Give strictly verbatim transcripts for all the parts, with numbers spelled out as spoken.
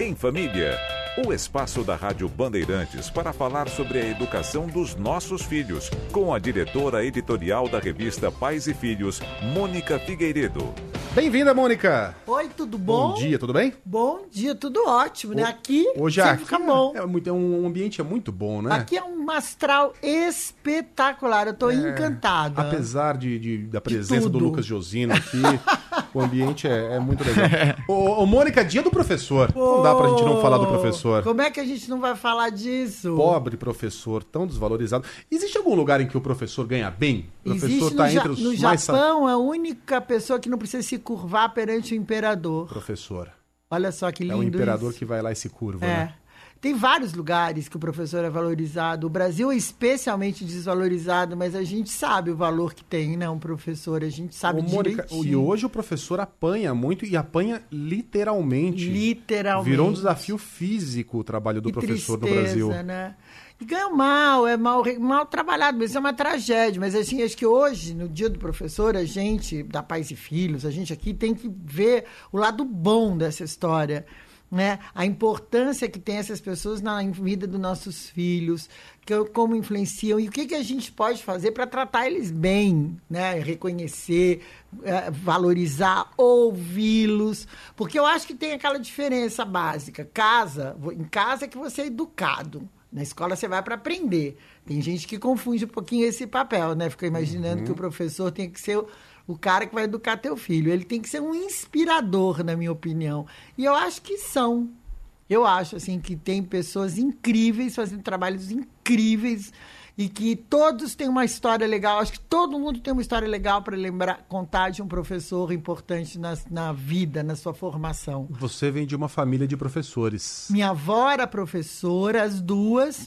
em Família. O espaço da Rádio Bandeirantes para falar sobre a educação dos nossos filhos, com a diretora editorial da revista Pais e Filhos, Mônica Figueiredo. Bem-vinda, Mônica! Oi, tudo bom? Bom dia, tudo bem? Bom dia, tudo ótimo, né? Aqui Hoje sempre aqui fica bom. É, é muito, é um ambiente é muito bom, né? Aqui é um astral espetacular, eu tô É, encantada. Apesar de, de- da presença do tudo. Lucas Josino aqui, o ambiente é, é muito legal. Ô, ô, Mônica, dia do professor. Não dá pra gente não falar do professor. Como é que a gente não vai falar disso? Pobre professor, tão desvalorizado. Existe algum lugar em que o professor ganha bem? O professor Existe tá no, Ja- entre os no mais... sa- Japão, a única pessoa que não precisa se curvar perante o imperador. Professor. Olha só que lindo É o imperador isso. que vai lá e se curva, É. né? Tem vários lugares que o professor é valorizado. O Brasil é especialmente desvalorizado, mas a gente sabe o valor que tem, né, um professor. A gente sabe Ô, Mônica, direitinho. e hoje o professor apanha muito e apanha literalmente. Literalmente. Virou um desafio físico o trabalho do Que professor tristeza, no Brasil. né? E ganha mal, é mal, mal trabalhado, mas isso é uma tragédia. Mas assim, acho que hoje, no dia do professor, a gente, da Pais e Filhos, a gente aqui tem que ver o lado bom dessa história. Né? A importância que tem essas pessoas na vida dos nossos filhos, que, como influenciam e o que, que a gente pode fazer para tratar eles bem, né? Reconhecer, eh, valorizar, ouvi-los, porque eu acho que tem aquela diferença básica. Casa, em casa é que você é educado. Na escola você vai para aprender. Tem gente que confunde um pouquinho esse papel, né? Fica imaginando Uhum. que o professor tem que ser o, o cara que vai educar teu filho. Ele tem que ser um inspirador, na minha opinião. E eu acho que são. Eu acho, assim, que tem pessoas incríveis fazendo trabalhos incríveis e que todos têm uma história legal. Acho que todo mundo tem uma história legal para lembrar, contar de um professor importante na, na vida, na sua formação. Você vem de uma família de professores. Minha avó era professora, as duas,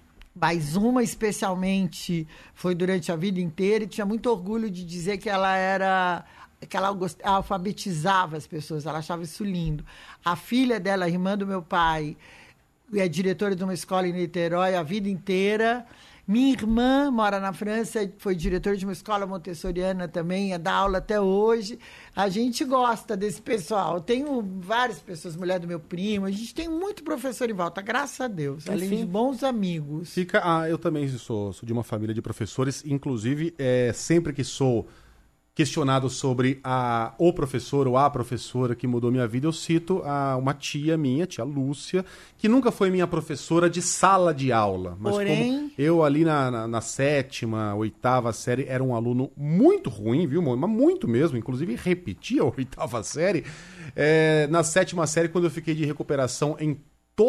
mas uma especialmente foi durante a vida inteira e tinha muito orgulho de dizer que ela era... que ela gost- alfabetizava as pessoas, ela achava isso lindo. A filha dela, a irmã do meu pai, é diretora de uma escola em Niterói a vida inteira. Minha irmã mora na França, foi diretora de uma escola montessoriana também, é dá aula até hoje. A gente gosta desse pessoal. Tenho várias pessoas, mulher do meu primo, a gente tem muito professor em volta, graças a Deus, além Enfim. de bons amigos. Fica, ah, eu também sou, sou de uma família de professores, inclusive, é, sempre que sou questionado sobre a, o professor ou a professora que mudou minha vida, eu cito a, uma tia minha, tia Lúcia, que nunca foi minha professora de sala de aula. Mas Porém- como eu ali na, na, na sétima, oitava série, era um aluno muito ruim, viu, mas muito mesmo, inclusive repetia a oitava série. É, na sétima série, quando eu fiquei de recuperação em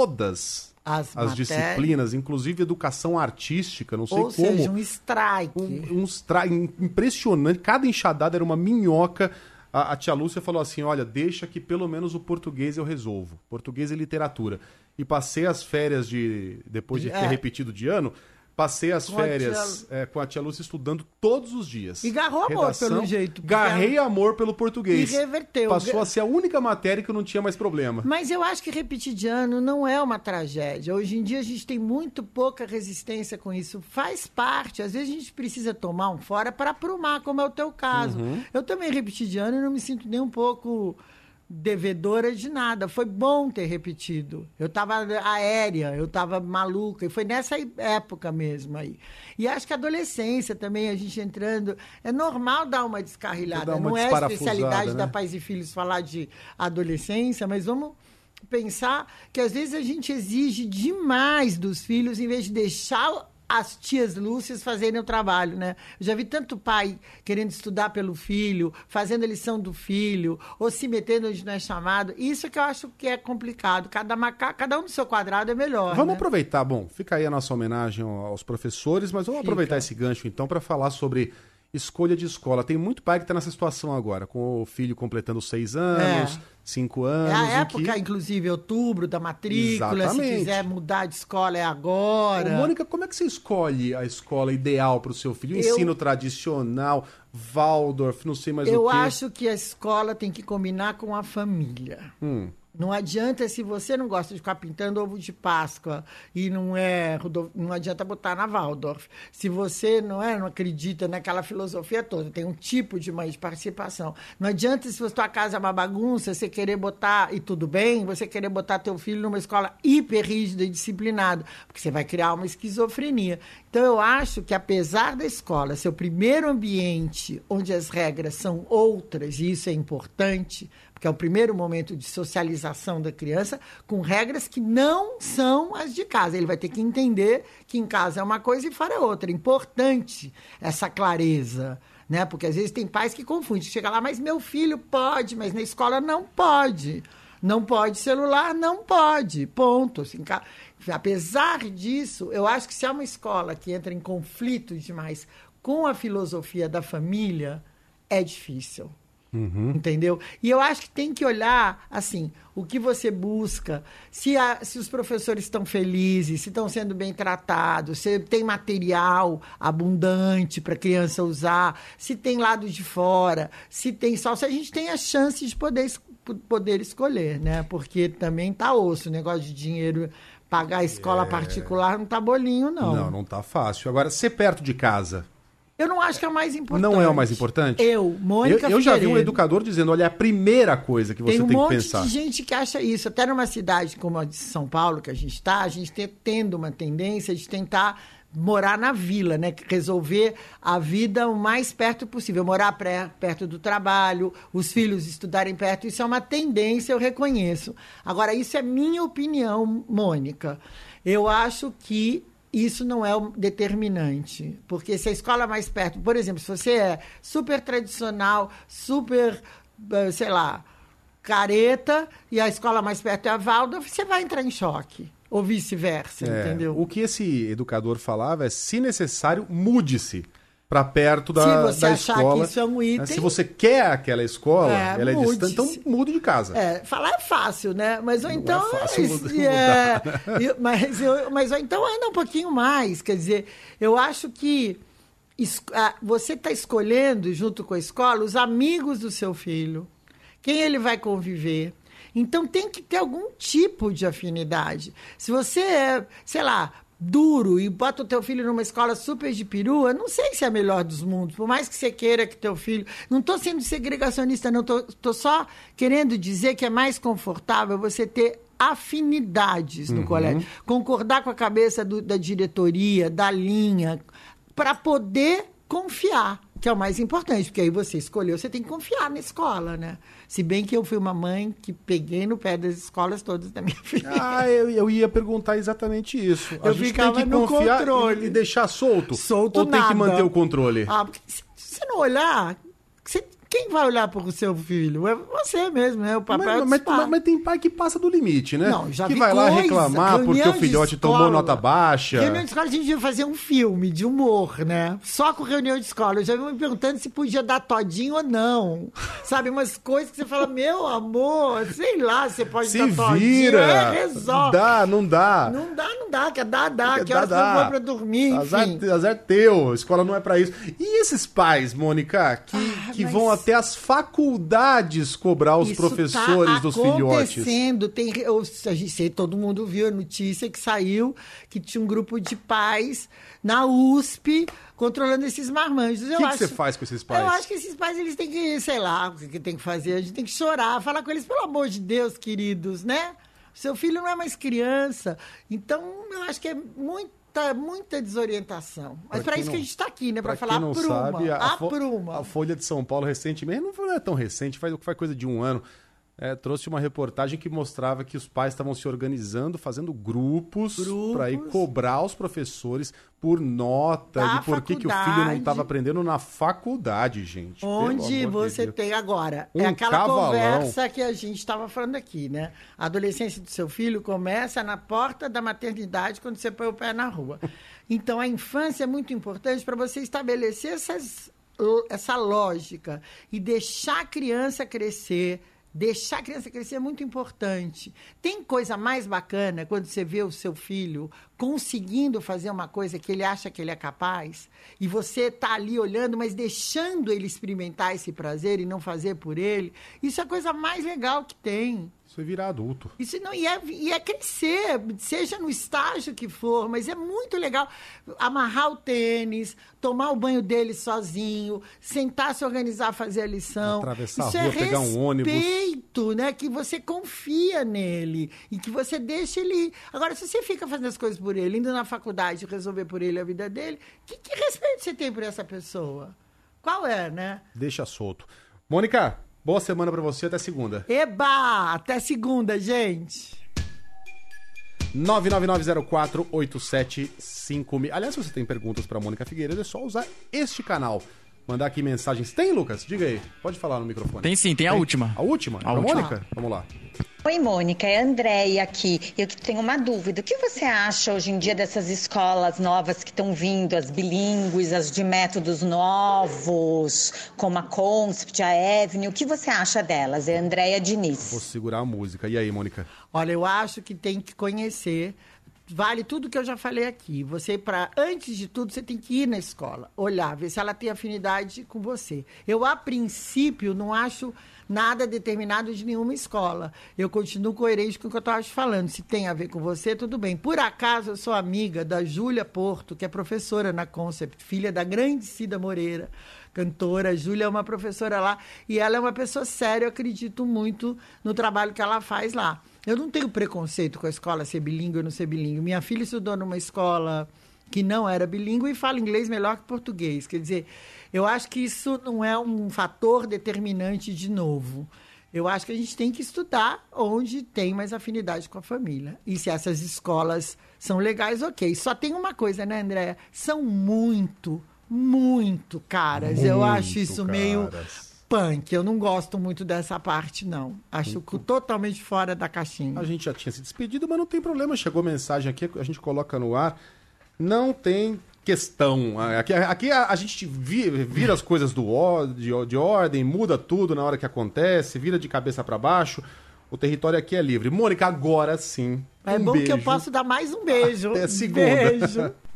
todas As as matérias. disciplinas, inclusive educação artística, não sei Ou como. seja, um strike. Um, uns tra... impressionante, cada enxadada era uma minhoca. A, a tia Lúcia falou assim, olha, deixa que pelo menos o português eu resolvo, português e literatura. E passei as férias de, depois de ter É. repetido de ano, passei as Com a férias é, com a tia Lúcia estudando todos os dias. E garrou amor, Redação, pelo jeito, porque Garrei amor pelo português. E reverteu. Passou a ser a única matéria que eu não tinha mais problema. Mas eu acho que repetir de ano não é uma tragédia. Hoje em dia a gente tem muito pouca resistência com isso. Faz parte. Às vezes a gente precisa tomar um fora para aprumar, como é o teu caso. Uhum. Eu também repeti de ano e não me sinto nem um pouco devedora de nada. Foi bom ter repetido. Eu estava aérea, eu estava maluca. E foi nessa época mesmo aí. E acho que a adolescência também, a gente entrando... É normal dar uma descarrilhada. Dar uma não é a desparafusada, especialidade né? da Pais e Filhos falar de adolescência, mas vamos pensar que às vezes a gente exige demais dos filhos em vez de deixar as tias Lúcias fazerem o trabalho, né? Eu já vi tanto pai querendo estudar pelo filho, fazendo a lição do filho, ou se metendo onde não é chamado. Isso que eu acho que é complicado. Cada, maca... Cada um no seu quadrado é melhor. Vamos né? aproveitar, bom, fica aí a nossa homenagem aos professores, mas vamos Fica. aproveitar esse gancho então para falar sobre escolha de escola. Tem muito pai que está nessa situação agora, com o filho completando seis anos, É. cinco anos. É a em época, que... inclusive, outubro da matrícula. Exatamente. Se quiser mudar de escola, é agora. Ô, Mônica, como é que você escolhe a escola ideal para o seu filho? O Eu- ensino tradicional, Waldorf, não sei mais Eu o quê. acho que a escola tem que combinar com a família. Hum. Não adianta, se você não gosta de ficar pintando ovo de Páscoa e não é, não adianta botar na Waldorf. Se você não é, não acredita naquela filosofia toda, tem um tipo de mãe de participação. Não adianta, se a sua casa é uma bagunça, você querer botar, e tudo bem, você querer botar teu filho numa escola hiper rígida e disciplinada, porque você vai criar uma esquizofrenia. Então, eu acho que, apesar da escola ser o primeiro ambiente onde as regras são outras, e isso é importante, porque é o primeiro momento de socialização da criança, com regras que não são as de casa. Ele vai ter que entender que em casa é uma coisa e fora é outra. É importante essa clareza, né? Porque às vezes tem pais que confundem. Chega lá, mas meu filho pode, mas na escola não pode. Não pode celular? Não pode. Ponto. Assim, apesar disso, eu acho que se é uma escola que entra em conflito demais com a filosofia da família, é difícil. Uhum. Entendeu? E eu acho que tem que olhar, assim, o que você busca, se, a, se os professores estão felizes, se estão sendo bem tratados, se tem material abundante para a criança usar, se tem lado de fora, se tem só, se a gente tem a chance de poder, poder escolher, né? Porque também tá osso, o negócio de dinheiro, pagar a escola é... particular não tá bolinho, não. Não, não tá fácil. Agora, ser perto de casa... Eu não acho que é o mais importante. Não é o mais importante? Eu, Mônica Eu, eu já vi um educador dizendo, olha, é a primeira coisa que você tem, um tem que pensar. Tem um monte de gente que acha isso. Até numa cidade como a de São Paulo, que a gente está, a gente tem, tendo uma tendência de tentar morar na vila, né? Resolver a vida o mais perto possível. Morar pré, perto do trabalho, os filhos estudarem perto. Isso é uma tendência, eu reconheço. Agora, isso é minha opinião, Mônica. Eu acho que isso não é o determinante, porque se a escola mais perto, por exemplo, se você é super tradicional, super, sei lá, careta, e a escola mais perto é a Waldorf, você vai entrar em choque, ou vice-versa, é, entendeu? O que esse educador falava é, se necessário, mude-se para perto da, se você da achar escola. Que isso é um item, se você quer aquela escola, é, ela é distante, então mude de casa. É, falar é fácil, né? Mas ou Não então. É fácil é, mudar, é, eu, mas, eu, mas ou então anda um pouquinho mais. Quer dizer, eu acho que es, a, você está escolhendo, junto com a escola, os amigos do seu filho, quem ele vai conviver. Então tem que ter algum tipo de afinidade. Se você é, sei lá, duro e bota o teu filho numa escola super de perua, não sei se é a melhor dos mundos, por mais que você queira que teu filho... Não estou sendo segregacionista, não, estou só querendo dizer que é mais confortável você ter afinidades no uhum. colégio, concordar com a cabeça do, da diretoria, da linha, para poder confiar, que é o mais importante, porque aí você escolheu, você tem que confiar na escola, né? Se bem que eu fui uma mãe que peguei no pé das escolas todas da minha filha. Ah, eu, eu ia perguntar exatamente isso. A eu gente ficava tem que no confiar controle. E deixar solto? Solto Ou nada. tem que manter o controle? Ah, porque se você não olhar... Você... Quem vai olhar para o seu filho? É você mesmo, né? O papel mas, mas, mas, mas tem pai que passa do limite, né? Não, já que vi vai lá coisa, reclamar porque o filhote escola, tomou nota baixa. Reunião de escola, a gente devia fazer um filme de humor, né? Só com reunião de escola. Eu já vi me perguntando se podia dar todinho ou não. Sabe, umas coisas que você fala, meu amor, sei lá, você pode se dar todinho. Vira, é, resolve. Dá, não dá. Não dá, não dá, quer dar, dá. Quer que dá, horas dá. que eu vou pra dormir, enfim. Azar, azar teu, a escola não é pra isso. E esses pais, Mônica, que, ah, que mas... vão até as faculdades cobrar os isso professores tá dos filhotes. Acontecendo, tem, eu, a gente sei, todo mundo viu a notícia que saiu que tinha um grupo de pais na U S P controlando esses marmanjos. O que, que você faz com esses pais? Eu acho que esses pais, eles têm que, sei lá, o que tem que fazer, a gente tem que chorar, falar com eles, pelo amor de Deus, queridos, né? Seu filho não é mais criança. Então, eu acho que é muito muita desorientação. Mas para isso não, que a gente está aqui, né? Para falar a Pruma. Sabe, a, a, a Pruma. A Folha de São Paulo recentemente, não é tão recente, faz, faz coisa de um ano, é, trouxe uma reportagem que mostrava que os pais estavam se organizando, fazendo grupos, grupos. para ir cobrar os professores por nota da de por que, que o filho não estava aprendendo na faculdade, gente. Onde você de tem agora. Um é aquela cavalão. Conversa que a gente estava falando aqui, né? A adolescência do seu filho começa na porta da maternidade quando você põe o pé na rua. Então, a infância é muito importante para você estabelecer essas, essa lógica e deixar a criança crescer. Deixar a criança crescer é muito importante. Tem coisa mais bacana quando você vê o seu filho conseguindo fazer uma coisa que ele acha que ele é capaz e você está ali olhando, mas deixando ele experimentar esse prazer e não fazer por ele. Isso é a coisa mais legal que tem. Você virar adulto. Isso não, e, é, e é crescer, seja no estágio que for, mas é muito legal amarrar o tênis, tomar o banho dele sozinho, sentar, se organizar, fazer a lição. Atravessar Isso a rua, é pegar um ônibus. respeito, né? Que você confia nele e que você deixa ele... Agora, se você fica fazendo as coisas por ele, indo na faculdade resolver por ele a vida dele, que, que respeito você tem por essa pessoa? Qual é, né? Deixa solto. Mônica, boa semana pra você, até segunda. Eba! Até segunda, gente! nove nove nove zero quatro oito sete cinco mil. Aliás, se você tem perguntas pra Mônica Figueiredo, é só usar este canal. Mandar aqui mensagens. Tem, Lucas? Diga aí. Pode falar no microfone. Tem sim, tem, tem? a última. A última? A pra última. Mônica? Vamos lá. Oi, Mônica, é a Andréia aqui. Eu tenho uma dúvida. O que você acha hoje em dia dessas escolas novas que estão vindo, as bilíngues, as de métodos novos, como a Concept, a Avenue? O que você acha delas? É a Andréia Diniz. Vou segurar a música. E aí, Mônica? Olha, eu acho que tem que conhecer. Vale tudo que eu já falei aqui. Você, para antes de tudo, você tem que ir na escola, olhar, ver se ela tem afinidade com você. Eu, a princípio, não acho nada determinado de nenhuma escola. Eu continuo coerente com o que eu estava te falando. Se tem a ver com você, tudo bem. Por acaso, eu sou amiga da Júlia Porto, que é professora na Concept, filha da grande Cida Moreira, cantora. A Júlia é uma professora lá e ela é uma pessoa séria. Eu acredito muito no trabalho que ela faz lá. Eu não tenho preconceito com a escola ser bilíngue ou não ser bilíngue. Minha filha estudou numa escola que não era bilíngue e fala inglês melhor que português. Quer dizer, eu acho que isso não é um fator determinante de novo. Eu acho que a gente tem que estudar onde tem mais afinidade com a família. E se essas escolas são legais, ok. Só tem uma coisa, né, Andréia? São muito, muito caras. Muito eu acho isso caras. meio... punk, eu não gosto muito dessa parte, não. Acho que totalmente fora da caixinha. A gente já tinha se despedido, mas não tem problema. Chegou mensagem aqui, a gente coloca no ar. Não tem questão. Aqui, aqui a, a gente vira, vira as coisas do, de, de ordem, muda tudo na hora que acontece, vira de cabeça para baixo. O território aqui é livre. Mônica, agora sim. É um bom beijo. que eu posso dar mais um beijo. Até segunda. Beijo.